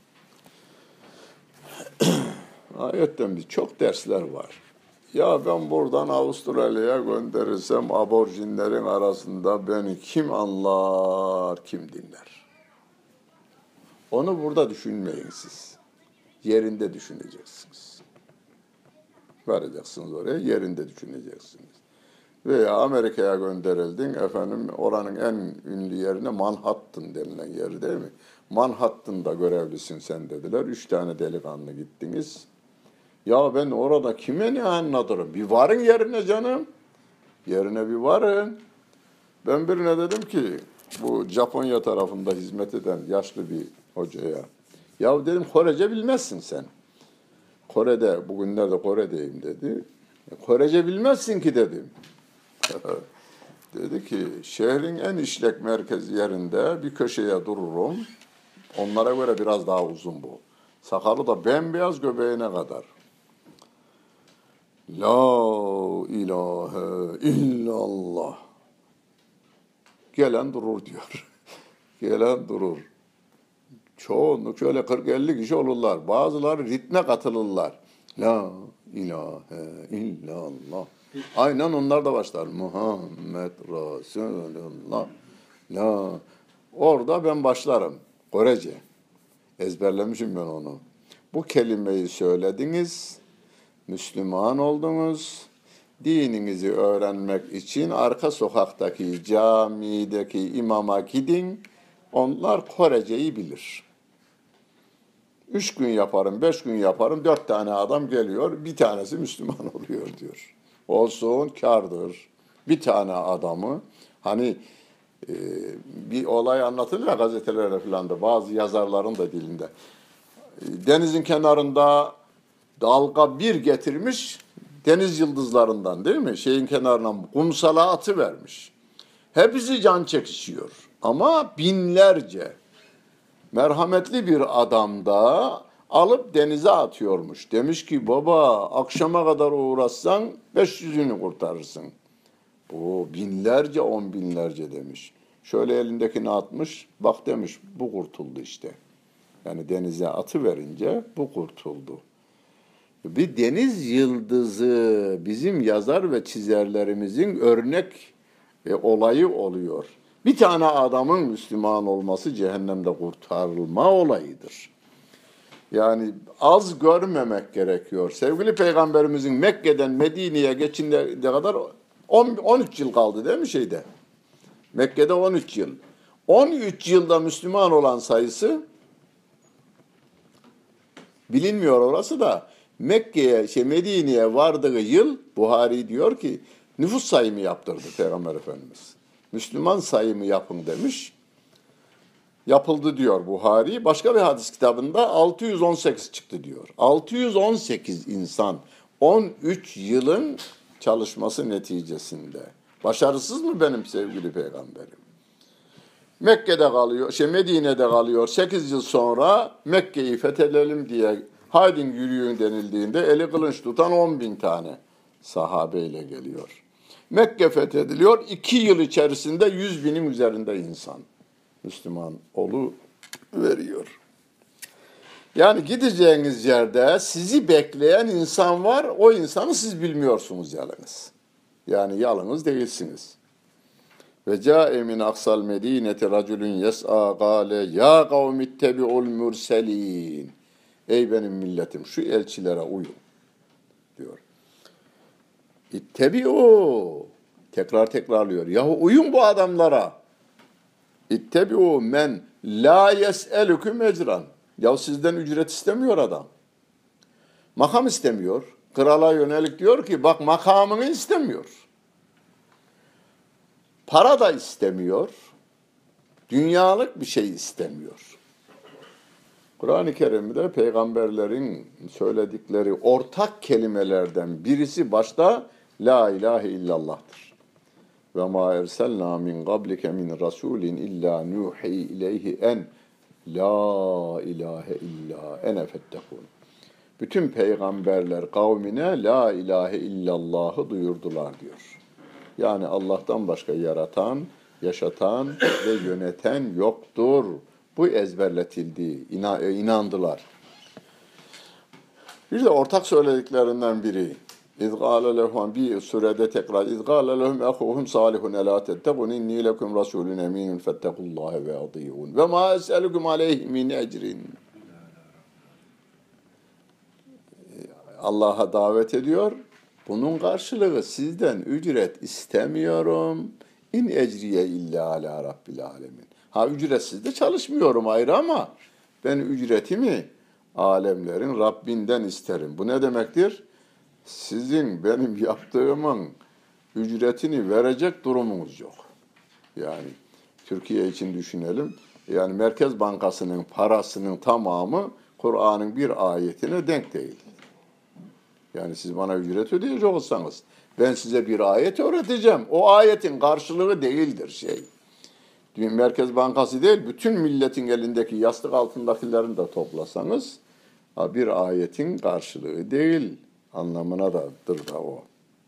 Ayetten bir çok dersler var. Ya ben buradan Avustralya'ya gönderirsem aborjinlerin arasında beni kim anlar, kim dinler? Onu burada düşünmeyin siz. Yerinde düşüneceksiniz. Varacaksınız oraya, yerinde düşüneceksiniz. Veya Amerika'ya gönderildin, efendim oranın en ünlü yerine Manhattan denilen yer değil mi? Manhattan'da görevlisin sen dediler. Üç tane delikanlı gittiniz. Ya ben orada kime ne anlatırım? Bir varın yerine canım. Yerine bir varın. Ben birine dedim ki bu Japonya tarafında hizmet eden yaşlı bir hocaya. Ya dedim Korece bilmezsin sen. Kore'de bugünlerde Kore'deyim dedi. E, Korece bilmezsin ki dedim. Dedi ki şehrin en işlek merkezi yerinde bir köşeye dururum. Onlara göre biraz daha uzun bu. Sakalı da bembeyaz göbeğine kadar. La ilahe illallah. Gelen durur diyor. Gelen durur. Çoğunluk şöyle kırk elli kişi olurlar. Bazıları ritme katılırlar. La ilahe illallah. Aynen onlar da başlar. Muhammed Resulullah. La. Orada ben başlarım. Korece. Ezberlemişim ben onu. Bu kelimeyi söylediniz. Müslüman oldunuz. Dininizi öğrenmek için arka sokaktaki camideki imama gidin. Onlar Koreceyi bilir. Üç gün yaparım, beş gün yaparım, dört tane adam geliyor, bir tanesi Müslüman oluyor diyor. Olsun kârdır. Bir tane adamı, hani e, bir olay anlatılır ya gazetelerde falan da, bazı yazarların da dilinde. E, denizin kenarında dalga bir getirmiş, deniz yıldızlarından değil mi? Şeyin kenarına kumsala atıvermiş. Hepsi can çekişiyor ama binlerce. Merhametli bir adam da alıp denize atıyormuş. Demiş ki baba akşama kadar uğraşsan beş yüzünü kurtarırsın. Bu binlerce on binlerce demiş. Şöyle elindekini atmış bak demiş bu kurtuldu işte. Yani denize atıverince bu kurtuldu. Bir deniz yıldızı bizim yazar ve çizerlerimizin örnek ve olayı oluyor. Bir tane adamın Müslüman olması cehennemde kurtarılma olayıdır. Yani az görmemek gerekiyor. Sevgili Peygamberimizin Mekke'den Medine'ye geçince kadar on üç yıl kaldı değil mi şeyde? Mekke'de on üç yıl. on üç yılda Müslüman olan sayısı bilinmiyor orası da. Mekke'ye, şey Medine'ye vardığı yıl Buhari diyor ki nüfus sayımı yaptırdı Peygamber Efendimiz. Müslüman sayımı yapın demiş. Yapıldı diyor Buhari. Başka bir hadis kitabında altı yüz on sekiz çıktı diyor. altı yüz on sekiz insan on üç yılın çalışması neticesinde. Başarısız mı benim sevgili peygamberim? Mekke'de kalıyor, şey Medine'de kalıyor. sekiz yıl sonra Mekke'yi fethedelim diye haydin yürüyün denildiğinde eli kılınç tutan on bin tane sahabeyle geliyor. Mekke fethediliyor. iki yıl içerisinde yüz binin üzerinde insan Müslüman olu veriyor. Yani gideceğiniz yerde sizi bekleyen insan var. O insanı siz bilmiyorsunuz yalnız. Yani yalnız değilsiniz. Ve câe min aksal medîneti raculun yes'a gâle ya kavmittebi'ul mürselîn. Ey benim milletim şu elçilere uyun diyor. İttebi'u. Tekrar tekrarlıyor. Yahu uyun bu adamlara. İttebi'u men la yes'elüküm ecran. Ya sizden ücret istemiyor adam. Makam istemiyor. Krala yönelik diyor ki bak makamını istemiyor. Para da istemiyor. Dünyalık bir şey istemiyor. Kur'an-ı Kerim'de peygamberlerin söyledikleri ortak kelimelerden birisi başta la ilahe illallah'tır. Ve ma erselna min qablike min rasulin illa nuhi ileyhi en la ilahe illa ene fettekun. Bütün peygamberler kavmine la ilahe illallah'ı duyurdular diyor. Yani Allah'tan başka yaratan, yaşatan ve yöneten yoktur. Bu ezberletildi, inandılar. Bir de ortak söylediklerinden biri. İzgâle lehum bir surede tekrar. İzgâle lehum ehuhum salihun elâ tettegûn inni lekum rasûlun emînun fettekullâhe ve adî'ûn. Ve mâ es'elukum aleyhi min ecrin. Allah'a davet ediyor. Bunun karşılığı sizden ücret istemiyorum. İn ecriye illa ala rabbil alemin. Ha ücretsiz de çalışmıyorum ayrı ama ben ücretimi alemlerin Rabbinden isterim. Bu ne demektir? Sizin benim yaptığımın ücretini verecek durumunuz yok. Yani Türkiye için düşünelim. Yani Merkez Bankası'nın parasının tamamı Kur'an'ın bir ayetine denk değil. Yani siz bana ücret ödeyecek olsanız ben size bir ayet öğreteceğim. O ayetin karşılığı değildir şey. Merkez Bankası değil, bütün milletin elindeki yastık altındakilerini de toplasanız bir ayetin karşılığı değil anlamına dadır da o.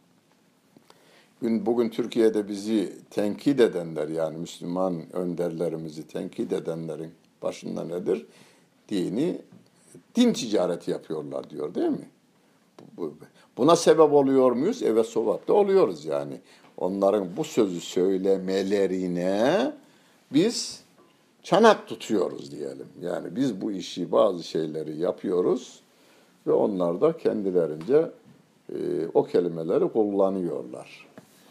Bugün Türkiye'de bizi tenkit edenler, yani Müslüman önderlerimizi tenkit edenlerin başında nedir? Dini, din ticareti yapıyorlar diyor değil mi? Buna sebep oluyor muyuz? Evet, sebep de oluyoruz yani. Onların bu sözü söylemelerine biz çanak tutuyoruz diyelim. Yani biz bu işi, bazı şeyleri yapıyoruz ve onlar da kendilerince e, o kelimeleri kullanıyorlar.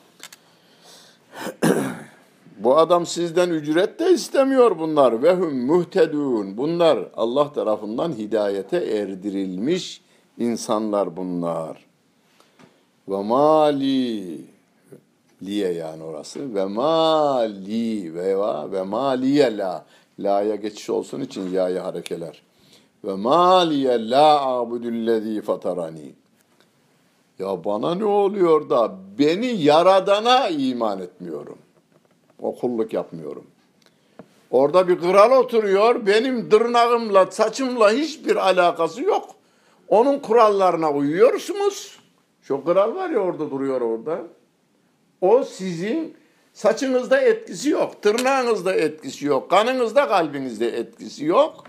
Bu adam sizden ücret de istemiyor bunlar. Ve hum muhtedun. Bunlar Allah tarafından hidayete erdirilmiş insanlar bunlar. Ve mali liye yani orası. Ve mali ve va ve maliye la. La'ya geçiş olsun için ya'ya harekeler. Ve maliye la abudullezî fatarani. Ya bana ne oluyor da beni yaradana iman etmiyorum. O kulluk yapmıyorum. Orada bir kral oturuyor. Benim tırnağımla, saçımla hiçbir alakası yok. Onun kurallarına uyuyorsunuz. Şu kral var ya orada duruyor orada. O sizin saçınızda etkisi yok. Tırnağınızda etkisi yok. Kanınızda, kalbinizde etkisi yok.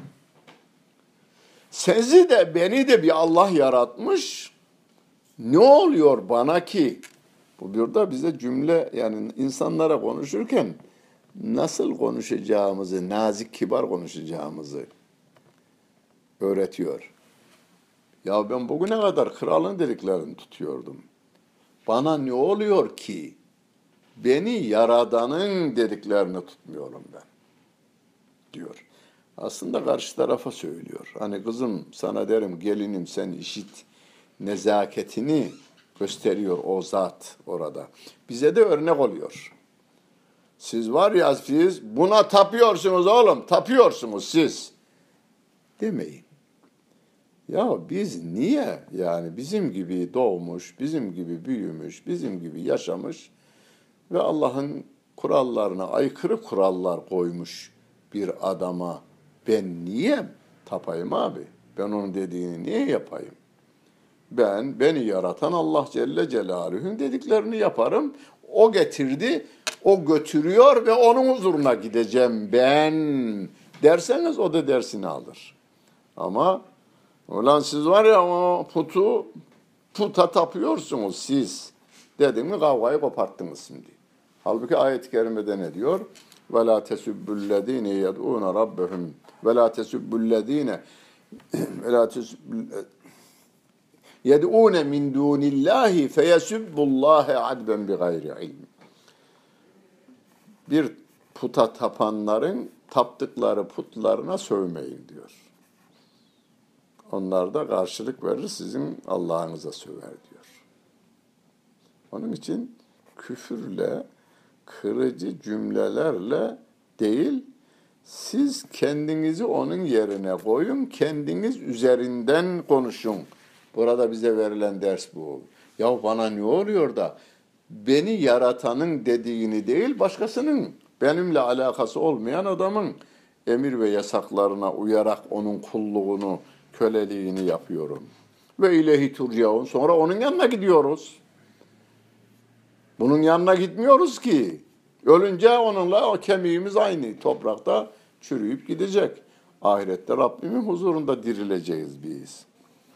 Sizi de beni de bir Allah yaratmış. Ne oluyor bana ki? Bu burada bize cümle, yani insanlara konuşurken nasıl konuşacağımızı, nazik kibar konuşacağımızı öğretiyor. Ya ben bugüne kadar kralın dediklerini tutuyordum. Bana ne oluyor ki? Beni yaradanın dediklerini tutmuyorum ben, diyor. Aslında karşı tarafa söylüyor. Hani kızım sana derim, gelinim sen işit, nezaketini gösteriyor o zat orada. Bize de örnek oluyor. Siz var ya, siz buna tapıyorsunuz oğlum, tapıyorsunuz siz demeyin. Ya biz niye, yani bizim gibi doğmuş, bizim gibi büyümüş, bizim gibi yaşamış ve Allah'ın kurallarına aykırı kurallar koymuş bir adama ben niye tapayım abi? Ben onun dediğini niye yapayım? Ben, beni yaratan Allah Celle Celaluhu'nun dediklerini yaparım. O getirdi, o götürüyor ve onun huzuruna gideceğim ben derseniz o da dersini alır. Ama ulan siz var ya o putu, puta tapıyorsunuz siz dedin mi kavgayı koparttınız şimdi. Halbuki ayet-i kerimede ne diyor? وَلَا تَسُبُّ الَّذ۪ينَ يَدْعُونَ رَبَّهُمْ وَلَا تَسُبُّ الَّذ۪ينَ وَلَا تَسُبُّ يَدْعُونَ مِنْ دُونِ اللّٰهِ فَيَسُبُّ اللّٰهَ عَدْبًا بِغَيْرِ عِلْمٍ. Bir puta tapanların taptıkları putlarına sövmeyin diyor. Onlar da karşılık verir, sizin Allah'ınıza söver diyor. Onun için küfürle, kırıcı cümlelerle değil, siz kendinizi onun yerine koyun, kendiniz üzerinden konuşun. Burada bize verilen ders bu. Ya bana ne oluyor da beni yaratanın dediğini değil, başkasının, benimle alakası olmayan adamın emir ve yasaklarına uyarak onun kulluğunu, köleliğini yapıyorum. Ve ileyhi turcaun. Sonra onun yanına gidiyoruz. Bunun yanına gitmiyoruz ki. Ölünce onunla o kemiğimiz aynı toprakta çürüyüp gidecek. Ahirette Rabbimin huzurunda dirileceğiz biz.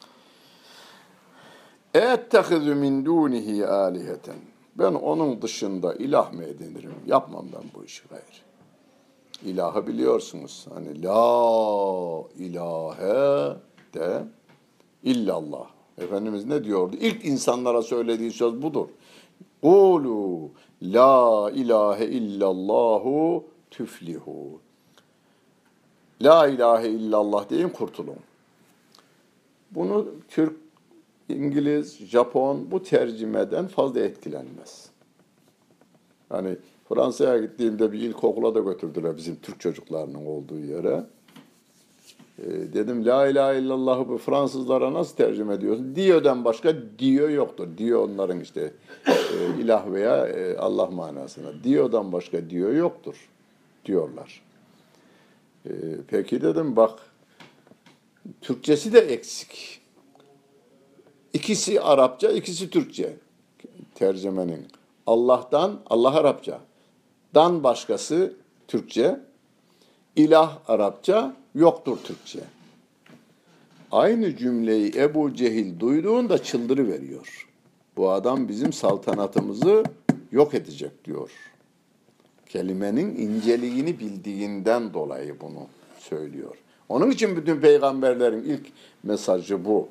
اَتَّخِذُ مِنْ دُونِهِ آلِهَةً. Ben onun dışında ilah mı edinirim? Yapmam ben bu işi gayrı. İlahı biliyorsunuz. Hani la ilahe de illallah. Efendimiz ne diyordu? İlk insanlara söylediği söz budur. Kulu la ilahe illallahu tüflihu. La ilahe illallah deyin, kurtulun. Bunu Türk, İngiliz, Japon bu tercümeden fazla etkilenmez. Hani Fransa'ya gittiğimde bir ilkokula da götürdüler bizim Türk çocuklarının olduğu yere. E, dedim la ilahe illallah'ı bu Fransızlara nasıl tercüme ediyorsun? Diyo'dan başka Diyo yoktur. Diyo onların işte e, ilah veya e, Allah manasına. Diyo'dan başka Diyo yoktur diyorlar. E, peki dedim bak Türkçesi de eksik. İkisi Arapça, ikisi Türkçe tercümenin. Allah'tan, Allah Arapça. Dan başkası Türkçe. İlah Arapça, yoktur Türkçe. Aynı cümleyi Ebu Cehil duyduğunda çıldırıveriyor. Bu adam bizim saltanatımızı yok edecek diyor. Kelimenin inceliğini bildiğinden dolayı bunu söylüyor. Onun için bütün peygamberlerin ilk mesajı bu.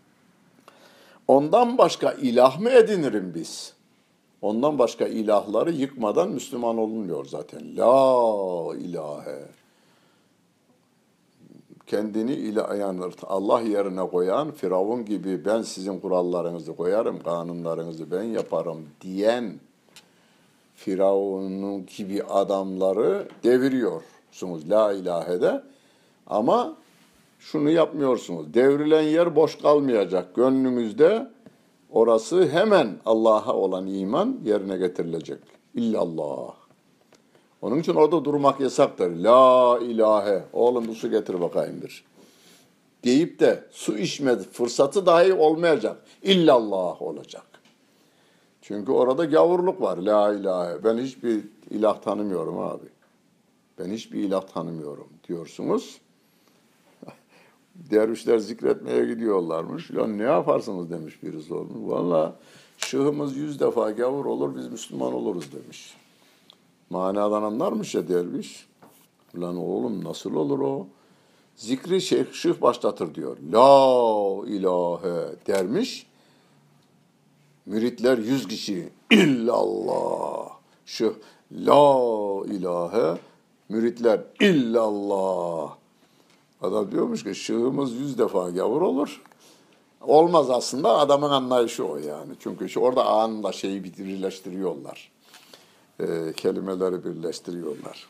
Ondan başka ilah mı edinirim biz? Ondan başka ilahları yıkmadan Müslüman olunmuyor zaten. La ilahe. Kendini ilah, yani Allah yerine koyan, Firavun gibi ben sizin kurallarınızı koyarım, kanunlarınızı ben yaparım diyen Firavun'un gibi adamları deviriyorsunuz la ilahede. Ama şunu yapmıyorsunuz. Devrilen yer boş kalmayacak. Gönlünüzde orası hemen Allah'a olan iman yerine getirilecek. İllallah. Onun için orada durmak yasaktır. La ilahe. Oğlum bu su getir bakayım bir. Deyip de su içme fırsatı dahi olmayacak. İllallah olacak. Çünkü orada gavurluk var. La ilahe. Ben hiçbir ilah tanımıyorum abi. Ben hiçbir ilah tanımıyorum diyorsunuz. Dervişler zikretmeye gidiyorlarmış. Ya ne yaparsınız demiş birisi olmuş. Valla şıhımız yüz defa gavur olur biz Müslüman oluruz demiş. Manadan anlarmış ya derviş. Lan oğlum nasıl olur o? Zikri şeyh şıh başlatır diyor. La ilahe dermiş. Müritler yüz kişi. İllallah. Şıh la ilahe. Müritler illallah. Adam diyormuş ki şığımız yüz defa gavur olur. Olmaz aslında adamın anlayışı o yani. Çünkü şu orada anında şeyi birleştiriyorlar. E, kelimeleri birleştiriyorlar.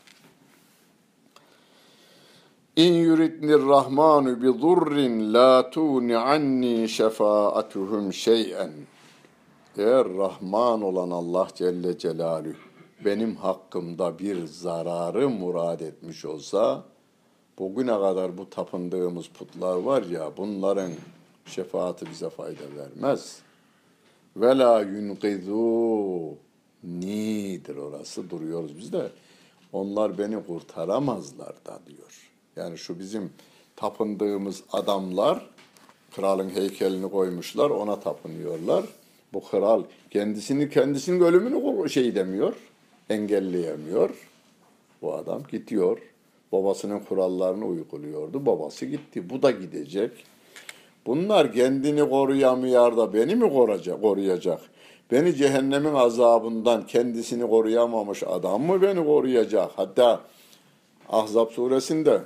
İn yuridnir rahmanu bi zurrin la tuni anni şefaatuhum şey'en. Eğer Rahman olan Allah Celle Celaluhu benim hakkımda bir zararı murad etmiş olsa, bugüne kadar bu tapındığımız putlar var ya, bunların şefaati bize fayda vermez. Ve la yunqidû nidir orası, duruyoruz biz de. Onlar beni kurtaramazlar da diyor. Yani şu bizim tapındığımız adamlar, kralın heykelini koymuşlar, ona tapınıyorlar. Bu kral kendisini, kendisinin ölümünü şey demiyor, engelleyemiyor. Bu adam gidiyor. Babasının kurallarını uyguluyordu. Babası gitti. Bu da gidecek. Bunlar kendini koruyamıyor da beni mi koruyacak? koruyacak? Beni cehennemin azabından kendisini koruyamamış adam mı beni koruyacak? Hatta Ahzab suresinde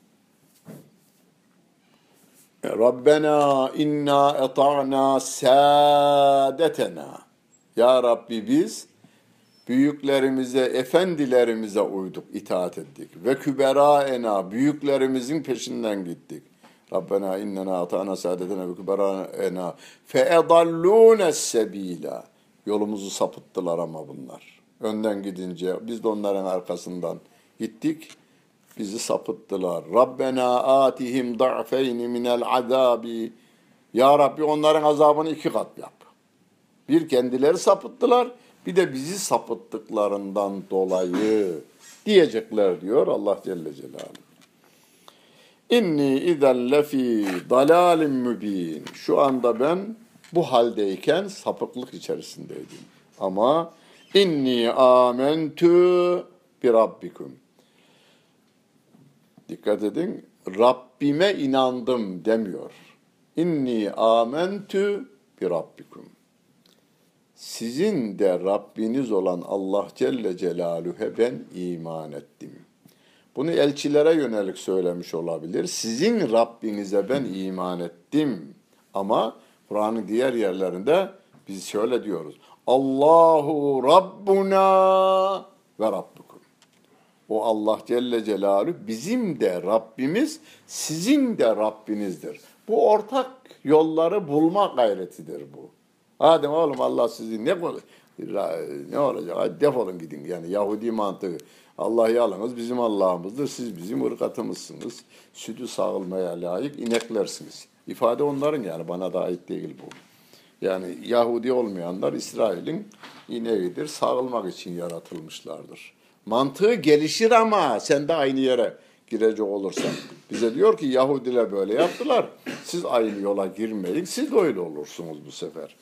Rabbena inna eta'na saadetena. Ya Rabbi biz büyüklerimize, efendilerimize uyduk, itaat ettik. Ve küberaena, büyüklerimizin peşinden gittik. Rabbena innena ata'na saadetena ve küberaena fe edallûnes sebîlâ. Yolumuzu sapıttılar ama bunlar. Önden gidince biz de onların arkasından gittik. Bizi sapıttılar. Rabbena atihim da'feyni minel azabi. Ya Rabbi onların azabını iki kat yap. Bir kendileri sapıttılar, bir de bizi sapıttıklarından dolayı diyecekler diyor Allah Celle Celaluhu. İnni izen lefi dalalim mübin. Şu anda ben bu haldeyken sapıklık içerisindeydim. Ama inni amentu bi rabbikum. Dikkat edin, Rabbime inandım demiyor. İnni âmentü bi rabbikum. Sizin de Rabbiniz olan Allah Celle Celaluhu'ya ben iman ettim. Bunu elçilere yönelik söylemiş olabilir. Sizin Rabbinize ben iman ettim. Ama Kur'an'ın diğer yerlerinde biz şöyle diyoruz. Allahu Rabbuna ve Rabbukum. O Allah Celle Celaluhu bizim de Rabbimiz, sizin de Rabbinizdir. Bu ortak yolları bulma gayretidir bu. Adem oğlum Allah sizi ne ne olacak? Hadi defolun gidin. Yani Yahudi mantığı. Allah'ı alınız bizim Allah'ımızdır. Siz bizim ırkatımızsınız. Sütü sağılmaya layık ineklersiniz. İfade onların yani bana da ait değil bu. Yani Yahudi olmayanlar İsrail'in ineğidir. Sağılmak için yaratılmışlardır. Mantığı gelişir ama sen de aynı yere girecek olursan. Bize diyor ki Yahudiler böyle yaptılar. Siz aynı yola girmeyin. Siz de öyle olursunuz bu sefer.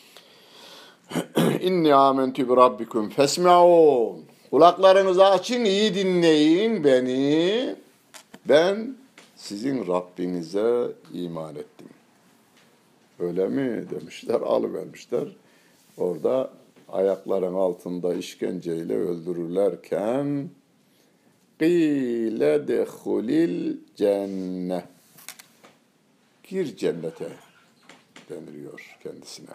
İnni âmentü bi rabbikum fesme'ûn. Kulaklarınızı açın, iyi dinleyin beni. Ben sizin Rabbinize iman ettim. Öyle mi demişler, alıvermişler. Orada ayakların altında işkenceyle öldürürlerken قِيلَ دَخُلِلْ cennet. Gir cennete deniliyor kendisine.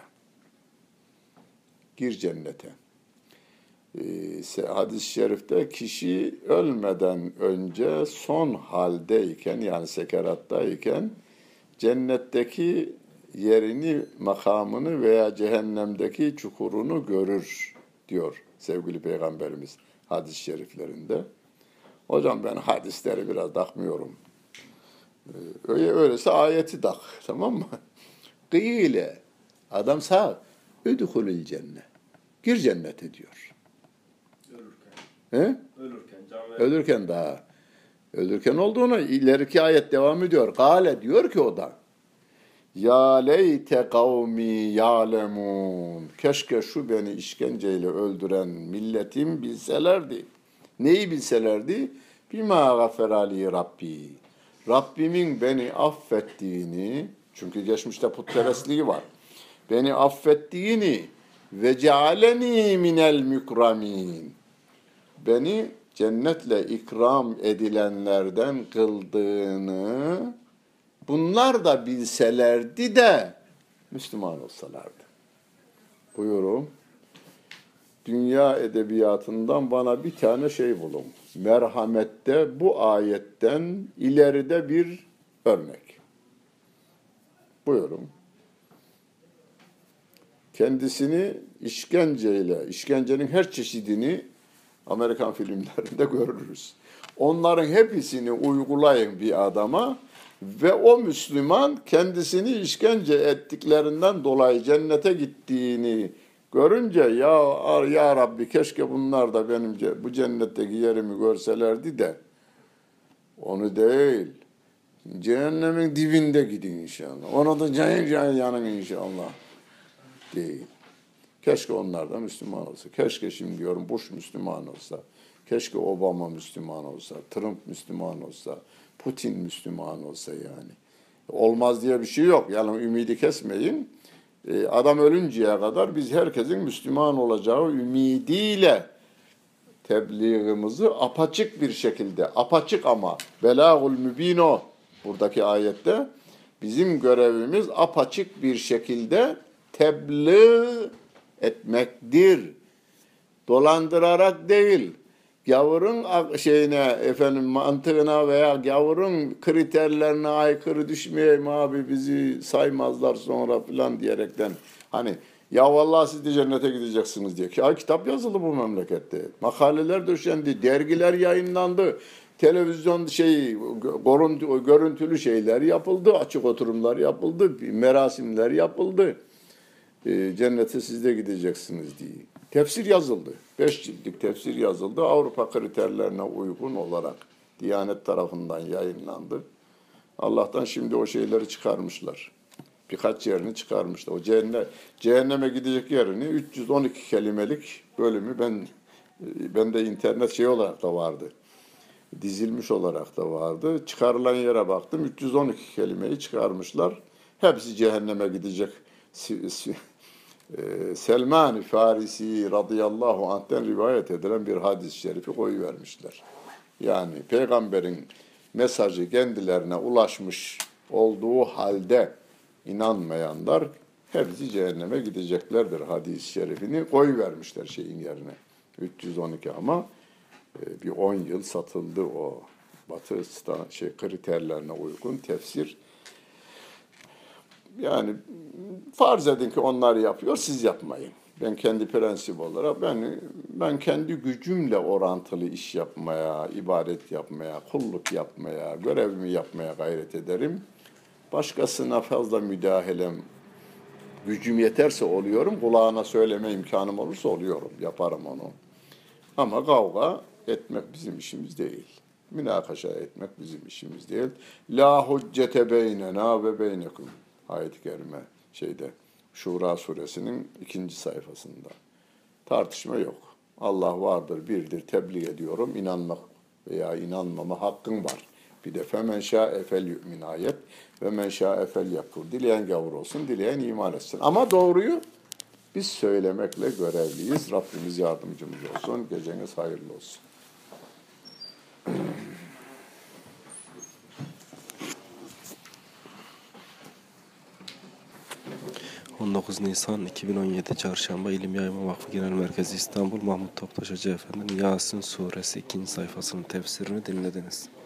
Gir cennete. Ee, hadis-i şerifte kişi ölmeden önce son haldeyken yani sekerattayken cennetteki yerini, makamını veya cehennemdeki çukurunu görür diyor sevgili Peygamberimiz hadis-i şeriflerinde. Hocam ben hadisleri biraz takmıyorum. Öyle öyleyse ayeti tak, tamam mı? Kıyle, adam sağ, üdhulül cennet. Gir cennete diyor. Ölürken. He? Ölürken. Can Ölürken daha. Ölürken olduğunu ileriki ayet devam ediyor. Kale diyor ki o da. Ya leyte kavmi ya'lemun. Keşke şu beni işkenceyle öldüren milletim bilselerdi. Neyi bilselerdi? Bima gaferali Rabbi. Rabbimin beni affettiğini, çünkü geçmişte putperestliği var. Beni affettiğini ve cealeni minel mükramin. Beni cennetle ikram edilenlerden kıldığını bunlar da bilselerdi de Müslüman olsalardı. Buyurun. Dünya edebiyatından bana bir tane şey bulun. Merhamette bu ayetten ileride bir örnek. Buyurun. Kendisini işkenceyle, işkencenin her çeşidini Amerikan filmlerinde görürüz. Onların hepsini uygulayın bir adama ve o Müslüman kendisini işkence ettiklerinden dolayı cennete gittiğini görünce ya ya Rabbi keşke bunlar da benim bu cennetteki yerimi görselerdi de onu değil. Cehennemin dibinde gidin inşallah. Ona da cahil cahil yanın inşallah. Değil. Keşke onlar da Müslüman olsa. Keşke şimdi diyorum Bush Müslüman olsa. Keşke Obama Müslüman olsa. Trump Müslüman olsa. Putin Müslüman olsa yani. Olmaz diye bir şey yok. Yani ümidi kesmeyin. Adam ölünceye kadar biz herkesin Müslüman olacağı ümidiyle tebliğimizi apaçık bir şekilde, apaçık ama belâgul mübino buradaki ayette bizim görevimiz apaçık bir şekilde tebliğ etmektir. Dolandırarak değil, gavurun şeyine, efendim mantığına veya gavurun kriterlerine aykırı düşmeyeyim abi bizi saymazlar sonra falan diyerekten hani ya vallahi siz de cennete gideceksiniz diye. Ya kitap yazıldı bu memlekette. Makaleler döşendi, dergiler yayınlandı. Televizyon şey görüntülü şeyler yapıldı, açık oturumlar yapıldı, merasimler yapıldı. E, cennete siz de gideceksiniz diye. Tefsir yazıldı. Beş ciltlik tefsir yazıldı. Avrupa kriterlerine uygun olarak Diyanet tarafından yayınlandı. Allah'tan şimdi o şeyleri çıkarmışlar. Birkaç yerini çıkarmışlar. O cehennem, cehenneme gidecek yerini üç yüz on iki kelimelik bölümü ben ben de internet şey olarak da vardı. Dizilmiş olarak da vardı. Çıkarılan yere baktım. üç yüz on iki kelimeyi çıkarmışlar. Hepsi cehenneme gidecek. Selman-ı Farisi radıyallahu anh'ten rivayet edilen bir hadis-i şerifi koyuvermişler. Yani peygamberin mesajı kendilerine ulaşmış olduğu halde inanmayanlar hepsi cehenneme gideceklerdir hadis-i şerifini koyuvermişler şeyin yerine. üç yüz on iki ama bir on yıl satıldı o Batı şey kriterlerine uygun tefsir. Yani farz edin ki onlar yapıyor, siz yapmayın. Ben kendi prensip olarak ben ben kendi gücümle orantılı iş yapmaya, ibadet yapmaya, kulluk yapmaya, görevimi yapmaya gayret ederim. Başkasına fazla müdahalem, gücüm yeterse oluyorum, kulağına söyleme imkanım olursa oluyorum, yaparım onu. Ama kavga etmek bizim işimiz değil. Münakaşa etmek bizim işimiz değil. La huccete beynena ve beynekum. Ayet-i kerime şeyde Şura suresinin ikinci sayfasında. Tartışma yok. Allah vardır, birdir, tebliğ ediyorum. İnanmak veya inanmama hakkın var. Bir de femen şâ'e fel yu'min ayet ve men şâ'e fel yakfur. Dileyen gavur olsun, dileyen iman etsin. Ama doğruyu biz söylemekle görevliyiz. Rabbimiz yardımcımız olsun. Geceniz hayırlı olsun. on dokuz Nisan iki bin on yedi Çarşamba İlim Yayma Vakfı Genel Merkezi İstanbul Mahmut Toptaş Hoca Efendi'nin Yasin Suresi ikinci sayfasının tefsirini dinlediniz.